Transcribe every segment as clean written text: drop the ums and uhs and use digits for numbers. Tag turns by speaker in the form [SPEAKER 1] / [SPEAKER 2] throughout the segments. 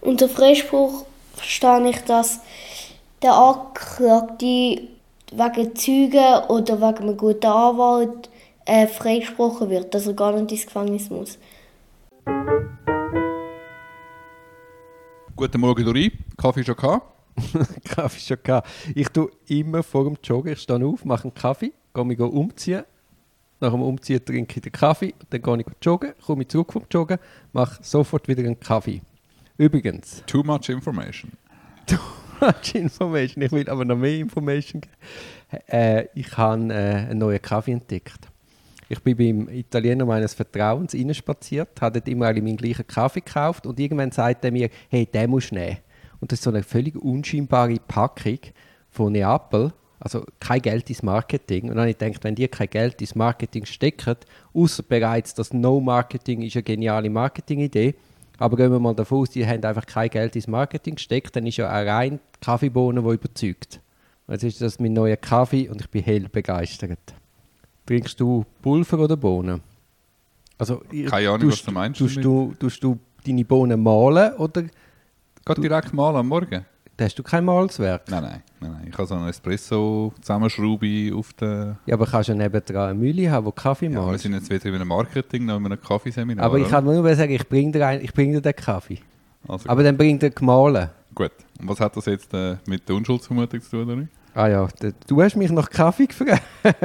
[SPEAKER 1] Unter Freispruch verstehe ich, dass der Angeklagte wegen Zeugen oder wegen einem guten Anwalt freigesprochen wird, dass er gar nicht ins Gefängnis muss.
[SPEAKER 2] Guten Morgen, Dori. Kaffee schon gehabt?
[SPEAKER 3] Kaffee schon gehabt. Ich tue immer vor dem Joggen, ich stehe auf, mache einen Kaffee, gehe mich umziehen. Nach dem Umziehen trinke ich den Kaffee, dann gehe ich joggen, komme zurück vom Joggen, mache sofort wieder einen Kaffee. Übrigens.
[SPEAKER 2] Too much information.
[SPEAKER 3] Too much information. Ich will aber noch mehr Information geben. Ich habe einen neuen Kaffee entdeckt. Ich bin beim Italiener meines Vertrauens reinspaziert, habe dort immer alle meinen gleichen Kaffee gekauft und irgendwann sagt er mir, hey, den musst du nehmen. Und das ist so eine völlig unscheinbare Packung von Neapel, also kein Geld ins Marketing. Und dann habe ich gedacht, wenn die kein Geld ins Marketing stecken, außer bereits das No-Marketing ist eine geniale Marketingidee, aber gehen wir mal davon aus, die haben einfach kein Geld ins Marketing gesteckt, dann ist ja eine rein Kaffeebohne, die überzeugt. Und jetzt ist das mein neuer Kaffee und ich bin hell begeistert. Trinkst du Pulver oder Bohnen? Also,
[SPEAKER 2] keine Ahnung, was du meinst.
[SPEAKER 3] Tust du deine Bohnen mahlen oder?
[SPEAKER 2] Geht direkt mal am Morgen?
[SPEAKER 3] Hast du kein Malzwerk?
[SPEAKER 2] Nein. Ich habe so einen Espresso-Zusammenschraube auf der...
[SPEAKER 3] Ja, aber kannst du nebendran eine Mühle haben, die Kaffee malt?
[SPEAKER 2] Ja, wir sind jetzt weder in einem Marketing noch in einem Kaffeeseminar.
[SPEAKER 3] Aber ich kann nur sagen, ich bringe dir den Kaffee.
[SPEAKER 2] Also
[SPEAKER 3] aber dann bringt er gemahlen.
[SPEAKER 2] Gut. Und was hat das jetzt mit der Unschuldsvermutung zu tun, oder?
[SPEAKER 3] Ah ja, du hast mich nach Kaffee gefragt.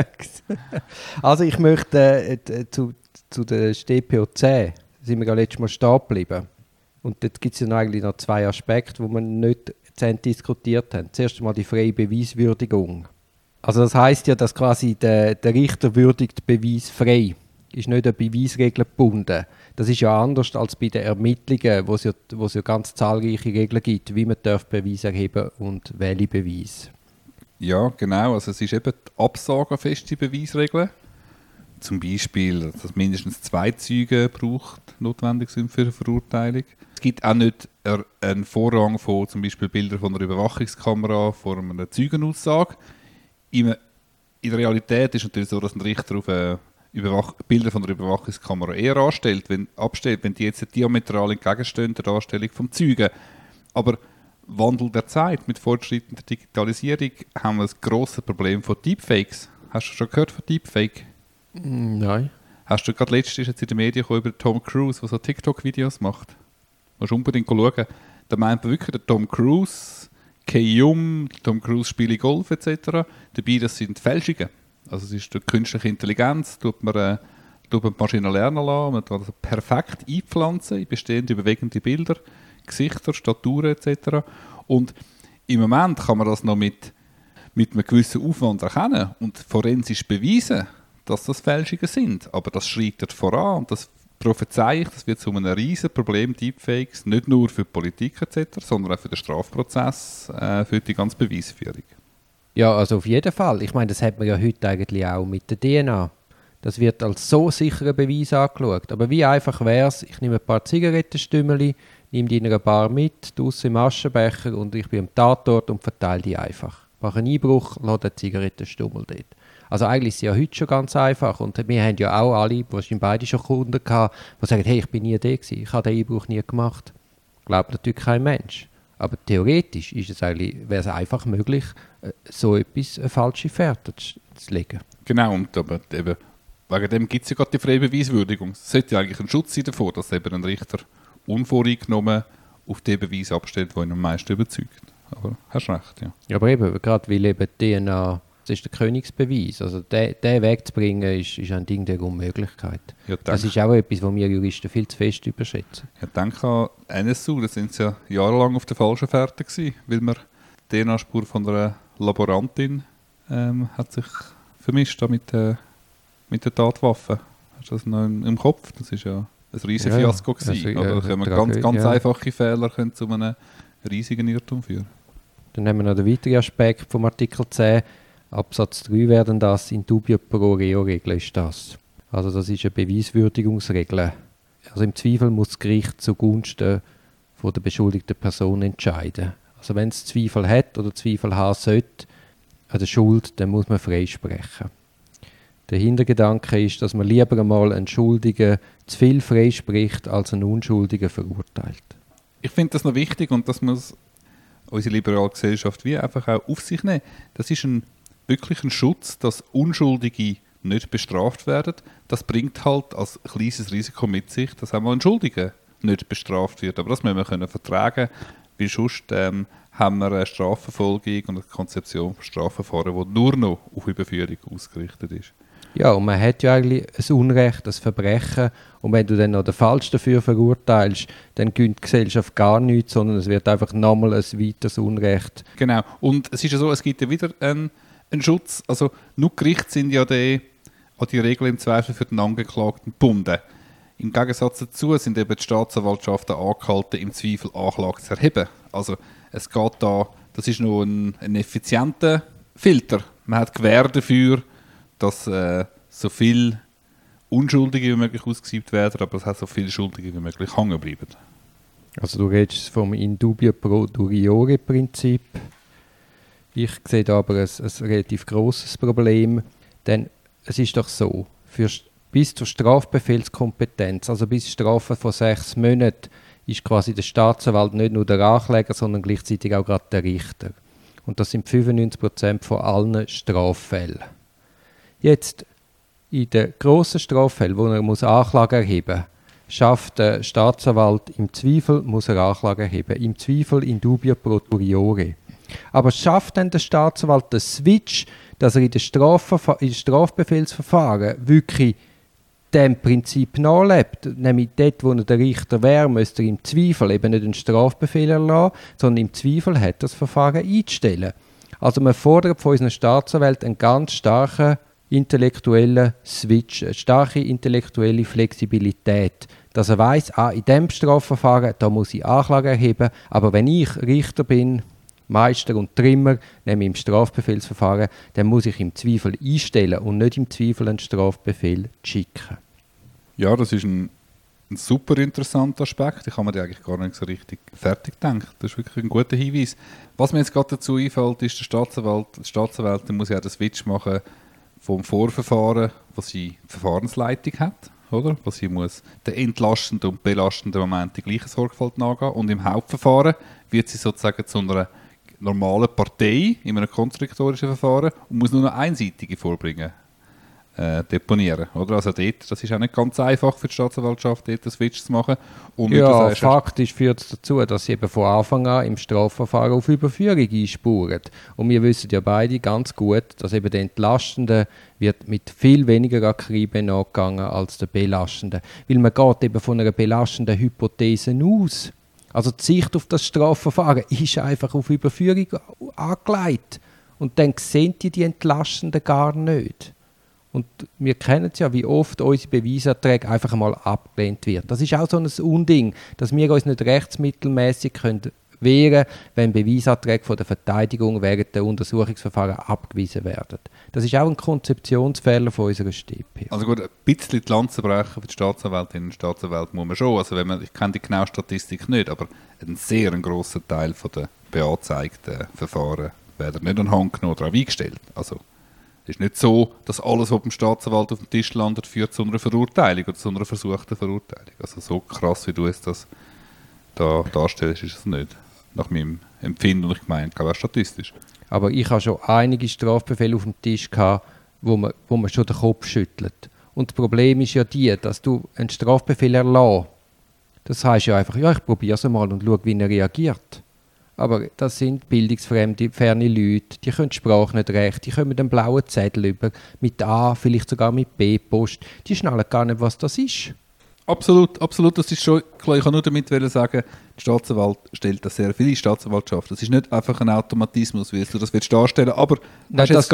[SPEAKER 3] Also ich möchte zu der StPO 10, sind wir ja letztes Mal stehen geblieben. Und dort gibt es ja eigentlich noch zwei Aspekte, die wir nicht zu Ende diskutiert haben. Zuerst einmal die freie Beweiswürdigung. Also das heisst ja, dass quasi der Richter würdigt Beweis frei. Ist nicht an Beweisregeln gebunden. Das ist ja anders als bei den Ermittlungen, wo es ja ganz zahlreiche Regeln gibt, wie man Beweise erheben und welche Beweise.
[SPEAKER 2] Ja, genau. Also es ist eben die absagefeste Beweisregel. Zum Beispiel, dass mindestens 2 Zeugen notwendig sind für eine Verurteilung. Es gibt auch nicht einen Vorrang von zum Beispiel Bildern von einer Überwachungskamera vor einer Zeugenaussage. In der Realität ist es natürlich so, dass ein Richter auf Bilder von einer Überwachungskamera eher abstellt, wenn die jetzt diametral entgegenstehen der Darstellung vom Zeugen. Aber Wandel der Zeit mit fortschreitender Digitalisierung haben wir das grosse Problem von Deepfakes. Hast du schon gehört von Deepfake?
[SPEAKER 3] Nein.
[SPEAKER 2] Hast du gerade letztens jetzt in den Medien über Tom Cruise, der so TikTok-Videos macht? Du musst unbedingt schauen. Da meint man wirklich, der Tom Cruise, Tom Cruise spielt Golf etc. Dabei, das sind Fälschungen. Also es ist durch künstliche Intelligenz, tut man die Maschine lernen lassen, man kann das perfekt einpflanzen in bestehende bewegende Bilder, Gesichter, Staturen etc. Und im Moment kann man das noch mit einem gewissen Aufwand erkennen und forensisch beweisen, dass das Fälschungen sind. Aber das schreitet voran und das prophezei ich, das wird zu einem riesen Problem, Deepfakes, nicht nur für die Politik etc., sondern auch für den Strafprozess, für die ganze Beweisführung.
[SPEAKER 3] Ja, also auf jeden Fall. Ich meine, das hat man ja heute eigentlich auch mit der DNA. Das wird als so sicherer Beweis angeschaut. Aber wie einfach wäre es, ich nehme ein paar Zigarettenstümmeli, nehme die in einer Bar mit, draussen im Aschenbecher und ich bin am Tatort und verteile die einfach. Mache einen Einbruch, lasse den Zigarettenstummel dort. Also eigentlich ist es ja heute schon ganz einfach und wir haben ja auch alle, wahrscheinlich beide schon Kunden gehabt, die sagen, hey, ich bin nie da gewesen, ich habe den Einbruch nie gemacht. Glaubt natürlich kein Mensch. Aber theoretisch wäre es einfach möglich, so etwas eine falsche Fährte zu legen.
[SPEAKER 2] Genau, und aber eben, wegen dem gibt es ja gerade die freie Beweiswürdigung. Es sollte ja eigentlich ein Schutz sein davor, dass eben ein Richter unvoreingenommen auf den Beweis abstellt, der ihn am meisten überzeugt. Aber hast recht, ja.
[SPEAKER 3] Ja, aber eben, gerade weil eben DNA, das ist der Königsbeweis. Also den Weg zu bringen, ist ein Ding der Unmöglichkeit.
[SPEAKER 2] Ja,
[SPEAKER 3] das ist auch etwas, was wir Juristen viel zu fest überschätzen.
[SPEAKER 2] Ja, denke an NSU, da sind sie ja jahrelang auf der falschen Fährte gewesen, weil man die DNA-Spur von einer Laborantin hat sich vermischt mit der Tatwaffe. Hast du das noch im Kopf? Das ist ja ein riesiges Fiasko gewesen. Aber ganz einfache Fehler können zu einem riesigen Irrtum führen.
[SPEAKER 3] Dann haben wir noch den weiteren Aspekt vom Artikel 10. Absatz 3 werden das in dubio pro reo Regel ist das. Also das ist eine Beweiswürdigungsregel. Also im Zweifel muss das Gericht zugunsten von der beschuldigten Person entscheiden. Also wenn es Zweifel hat oder Zweifel haben sollte an der Schuld, dann muss man freisprechen. Der Hintergedanke ist, dass man lieber einmal einen Schuldigen zu viel freispricht, als einen Unschuldigen verurteilt.
[SPEAKER 2] Ich finde das noch wichtig und das muss unsere liberale Gesellschaft wie einfach auch auf sich nehmen. Das ist wirklich ein Schutz, dass Unschuldige nicht bestraft werden. Das bringt halt als kleines Risiko mit sich, dass auch mal ein Schuldiger nicht bestraft wird. Aber das müssen wir können vertragen, weil sonst haben wir eine Strafverfolgung und eine Konzeption von Strafverfahren, die nur noch auf Überführung ausgerichtet ist.
[SPEAKER 3] Ja, und man hat ja eigentlich ein Unrecht, ein Verbrechen. Und wenn du dann noch den Falsch dafür verurteilst, dann gönnt die Gesellschaft gar nichts, sondern es wird einfach nochmal ein weiteres Unrecht.
[SPEAKER 2] Genau. Und es ist ja so, es gibt ja wieder einen Schutz. Also nur die Gerichte sind ja an die Regeln im Zweifel für den Angeklagten gebunden. Im Gegensatz dazu sind eben die Staatsanwaltschaften angehalten, im Zweifel Anklage zu erheben. Also es geht da, das ist noch ein effizienter Filter. Man hat Gewähr dafür, dass so viele Unschuldige wie möglich ausgesiebt werden, aber es hat so viele Schuldige wie möglich hängen bleiben.
[SPEAKER 3] Also du redest vom in dubio pro duriore Prinzip. Ich sehe da aber ein relativ grosses Problem, denn es ist doch so, bis zur Strafbefehlskompetenz, also bis Strafe von 6 Monaten, ist quasi der Staatsanwalt nicht nur der Ankläger, sondern gleichzeitig auch gerade der Richter. Und das sind 95% von allen Straffällen. Jetzt, in den grossen Straffällen, wo er Anklage erheben muss, schafft der Staatsanwalt im Zweifel, muss er Anklage erheben. Im Zweifel in dubio pro duriore. Aber schafft dann der Staatsanwalt den Switch, dass er in den Strafbefehlsverfahren wirklich dem Prinzip nachlebt, nämlich dort, wo er der Richter wäre, müsste er im Zweifel eben nicht einen Strafbefehl erlassen, sondern im Zweifel hat er das Verfahren einzustellen. Also man fordert von unseren Staatsanwälten einen ganz starken intellektuellen Switch, eine starke intellektuelle Flexibilität, dass er weiss, in diesem Strafverfahren, da muss ich Anklage erheben, aber wenn ich Richter bin, Meister und Trimmer, nämlich im Strafbefehlsverfahren, dann muss ich im Zweifel einstellen und nicht im Zweifel einen Strafbefehl schicken.
[SPEAKER 2] Ja, das ist ein super interessanter Aspekt. Ich habe mir den eigentlich gar nicht so richtig fertig gedacht. Das ist wirklich ein guter Hinweis. Was mir jetzt gerade dazu einfällt, ist, der Staatsanwalt muss ja auch den Switch machen vom Vorverfahren, was sie Verfahrensleitung hat, oder? Was sie muss den entlastenden und belastenden Moment die gleiche Sorgfalt nachgehen. Und im Hauptverfahren wird sie sozusagen zu einer normalen Partei in einem kontradiktorischen Verfahren und muss nur noch einseitige vorbringen, deponieren. Oder? Also dort, das ist auch nicht ganz einfach für die Staatsanwaltschaft, dort den Switch zu machen. Und
[SPEAKER 3] ja, faktisch führt es dazu, dass sie eben von Anfang an im Strafverfahren auf Überführung einspuren. Und wir wissen ja beide ganz gut, dass eben der Entlastende wird mit viel weniger Akribe nachgegangen als der Belastende. Weil man geht eben von einer belastenden Hypothese aus. Also die Sicht auf das Strafverfahren ist einfach auf Überführung angelegt. Und dann sehen die Entlastenden gar nicht. Und wir kennen es ja, wie oft unsere Beweisanträge einfach einmal abgelehnt wird. Das ist auch so ein Unding, dass wir uns nicht rechtsmittelmäßig wehren können, wenn Beweisanträge von der Verteidigung während der Untersuchungsverfahren abgewiesen werden. Das ist auch ein Konzeptionsfehler von unserer StP.
[SPEAKER 2] Also gut, ein bisschen die Lanze brechen für die Staatsanwältinnen und Staatsanwälte muss man schon. Also ich kenne die genaue Statistik nicht, aber ein sehr grosser Teil der beanzeigten Verfahren werden nicht an Hand genommen oder auch eingestellt. Also es ist nicht so, dass alles, was beim Staatsanwalt auf dem Tisch landet, führt zu einer Verurteilung oder zu einer versuchten Verurteilung. Also so krass, wie du es das da darstellst, ist es nicht. Nach meinem Empfinden, und ich meine, auch statistisch.
[SPEAKER 3] Aber ich habe schon einige Strafbefehle auf dem Tisch gehabt, wo man schon den Kopf schüttelt. Und das Problem ist ja dass du einen Strafbefehl erlässt. Das heisst ja einfach, ja, ich probiere es mal und schaue, wie er reagiert. Aber das sind bildungsferne Leute, die können die Sprache nicht recht, die kommen mit einem blauen Zettel über, mit A, vielleicht sogar mit B-Post. Die schnallen gar nicht, was das ist.
[SPEAKER 2] Absolut, absolut, das ist schon klar. Ich kann nur damit sagen, die Staatsanwalt stellt das sehr viele Staatsanwaltschaft. Das ist nicht einfach ein Automatismus, wie du das willst darstellen. Aber hast du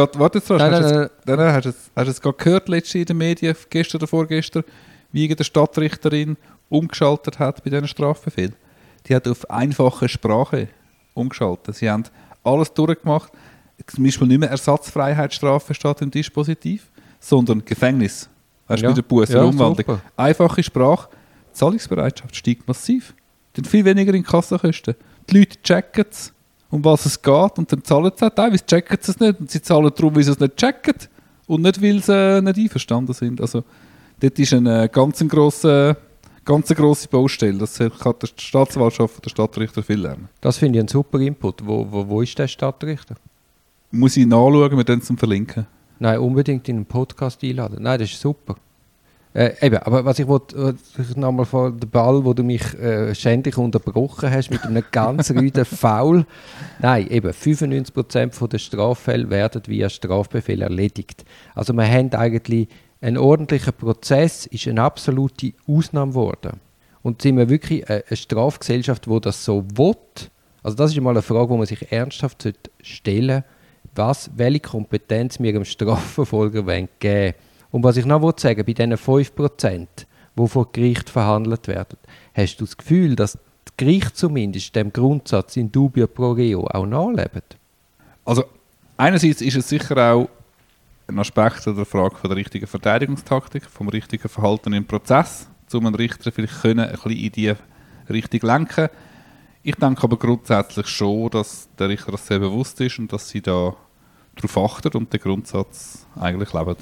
[SPEAKER 2] es gerade gehört, letztens in den Medien, gestern oder vorgestern, wie die Stadtrichterin umgeschaltet hat bei diesen Strafbefehl? Die hat auf einfache Sprache umgeschaltet. Sie haben alles durchgemacht. Zum Beispiel nicht mehr Ersatzfreiheitsstrafe statt im Dispositiv, sondern Gefängnis. Weißt du, wieder Busse, Umwandlung. Super. Einfache Sprache, Zahlungsbereitschaft steigt massiv. Dann viel weniger in Kassenkosten. Die Leute checken es, um was es geht, und dann zahlen sie es. Teilweise checken sie es nicht und sie zahlen darum, weil sie es nicht checken und nicht, weil sie nicht einverstanden sind. Also dort ist ein ganz ganz eine grosse Baustelle. Das kann der Staatsanwaltschaft und der Stadtrichter viel lernen.
[SPEAKER 3] Das finde ich einen super Input. Wo ist der Stadtrichter?
[SPEAKER 2] Muss ich nachschauen, wir dann zum Verlinken.
[SPEAKER 3] Nein, unbedingt in einen Podcast einladen. Nein, das ist super. Eben, aber was ich wollte, nochmal vor den Ball, wo du mich schändlich unterbrochen hast mit einem ganz rüden Foul. Nein, eben 95% der Straffälle werden via Strafbefehl erledigt. Also wir haben eigentlich einen ordentlichen Prozess, ist eine absolute Ausnahme geworden. Und sind wir wirklich eine Strafgesellschaft, die das so will? Also das ist mal eine Frage, die man sich ernsthaft stellen sollte, welche Kompetenz wir dem Strafverfolger geben wollen. Und was ich noch sagen will, bei diesen 5%, die vor Gericht verhandelt werden, hast du das Gefühl, dass das Gericht zumindest dem Grundsatz in dubio pro reo auch nachlebt?
[SPEAKER 2] Also einerseits ist es sicher auch ein Aspekt der Frage von der richtigen Verteidigungstaktik, vom richtigen Verhalten im Prozess, um einen Richter vielleicht ein bisschen in die Richtung lenken. Ich denke aber grundsätzlich schon, dass der Richter das sehr bewusst ist und dass sie da darauf achtet und den Grundsatz eigentlich leben.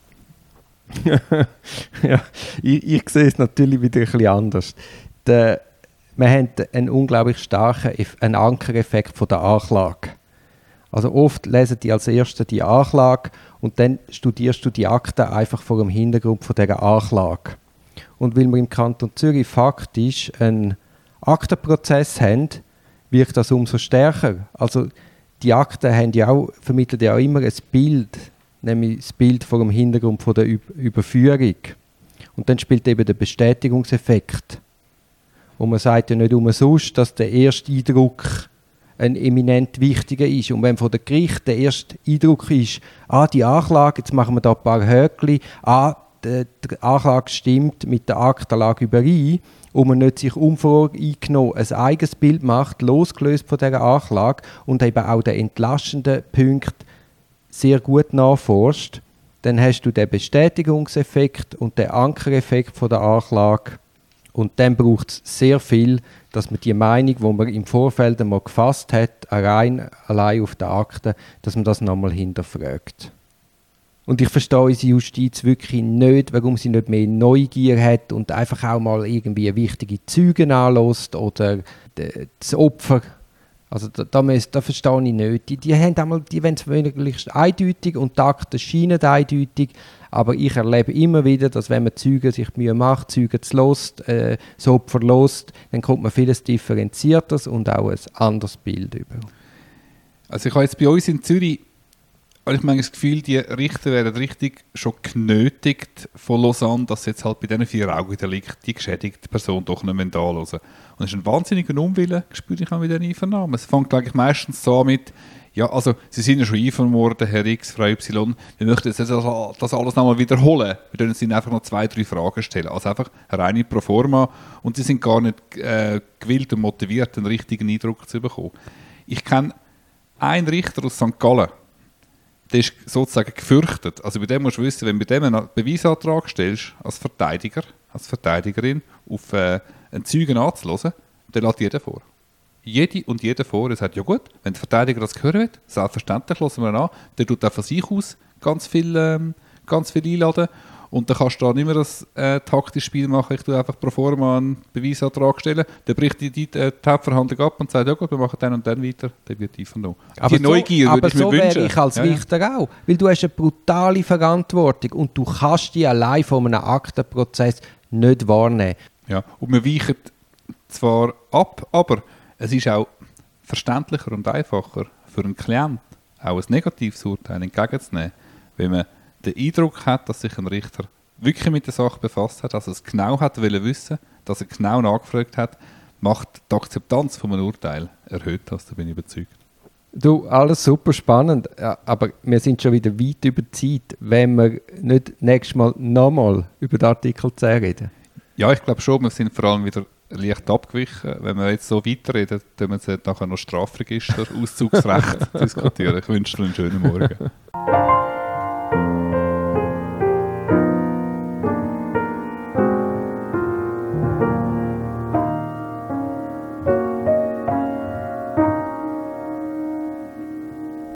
[SPEAKER 3] Ja, ich sehe es natürlich wieder ein bisschen anders. Wir haben einen unglaublich starken Ankereffekt von der Anklage. Also oft lesen die als Erste die Anklage und dann studierst du die Akten einfach vor dem Hintergrund von dieser Anklage. Und weil wir im Kanton Zürich faktisch einen Aktenprozess haben, wirkt das umso stärker. Also die Akten haben vermitteln ja auch immer ein Bild, nämlich das Bild vor dem Hintergrund von der Überführung. Und dann spielt eben der Bestätigungseffekt. Und man sagt ja nicht umsonst, dass der erste Eindruck ein eminent wichtiger ist. Und wenn von der Gericht der erste Eindruck ist, die Anklage, jetzt machen wir da ein paar Häkchen, die Anklage stimmt mit der Aktenlage überein, und man nicht sich unvoreingenommen ein eigenes Bild macht, losgelöst von dieser Anklage und eben auch den entlastenden Punkt sehr gut nachforscht, dann hast du den Bestätigungseffekt und den Ankereffekt von der Anklage. Und dann braucht es sehr viel, dass man die Meinung, die man im Vorfeld einmal gefasst hat, allein auf der Akte, dass man das nochmal hinterfragt. Und ich verstehe unsere Justiz wirklich nicht, warum sie nicht mehr Neugier hat und einfach auch mal irgendwie wichtige Zeugen anlässt oder das Opfer. Also da verstehe ich nicht. Die wollen es möglichst eindeutig und die Akten scheinen eindeutig, aber ich erlebe immer wieder, dass wenn man Zeugen sich Mühe macht, Zeugen zu hören, das Opfer hört, dann kommt man vieles differenziertes und auch ein anderes Bild über.
[SPEAKER 2] Also ich habe jetzt bei uns in Zürich, ich meine, das Gefühl, die Richter werden richtig schon genötigt von Lausanne, dass jetzt halt bei diesen 4 Augendelikten die geschädigte Person doch nicht mehr da hören. Und es ist ein wahnsinniger Unwille, spüre ich auch mit diesen Einvernahmen. Es fängt eigentlich meistens so an mit, ja, also Sie sind ja schon einvernommen worden, Herr X, Frau Y, wir möchten jetzt das alles nochmal wiederholen. Wir können Ihnen einfach noch 2, 3 Fragen stellen. Also einfach reine Proforma und Sie sind gar nicht gewillt und motiviert, einen richtigen Eindruck zu bekommen. Ich kenne einen Richter aus St. Gallen, der ist sozusagen gefürchtet. Also bei dem musst du wissen, wenn du bei dem einen Beweisantrag stellst, als Verteidiger, als Verteidigerin, auf einen Zeugen anzuhören, dann lässt jeder vor. Jede und jeder vor. Er sagt, ja gut, wenn der Verteidiger das hören will, selbstverständlich hören wir ihn an, der tut auch von sich aus ganz viel einladen. Und dann kannst du da nicht mehr das taktische Spiel machen, ich tue einfach pro forma einen Beweisantrag stellen, dann bricht die Hauptverhandlung ab und sagt, ja gut, wir machen dann und dann weiter, dann wird einvernommen.
[SPEAKER 3] Aber
[SPEAKER 2] die Neugier würde ich mir wünschen. Aber so wäre ich als
[SPEAKER 3] Richter auch, weil du hast eine brutale Verantwortung und du kannst die allein von einem Aktenprozess nicht wahrnehmen.
[SPEAKER 2] Ja, und wir weichen zwar ab, aber es ist auch verständlicher und einfacher für einen Klienten, auch ein negatives Urteil entgegenzunehmen, wenn man den Eindruck hat, dass sich ein Richter wirklich mit der Sache befasst hat, dass er es genau hat wissen, dass er genau nachgefragt hat, macht die Akzeptanz von einem Urteil erhöht das, da bin ich überzeugt.
[SPEAKER 3] Du, alles super spannend, aber wir sind schon wieder weit über die Zeit, wenn wir nicht nächstes Mal nochmal über den Artikel 10 reden.
[SPEAKER 2] Ja, ich glaube schon, wir sind vor allem wieder leicht abgewichen. Wenn wir jetzt so weiterreden, dann wir nachher noch Strafregister, Auszugsrecht diskutieren. Ich wünsche dir einen schönen Morgen.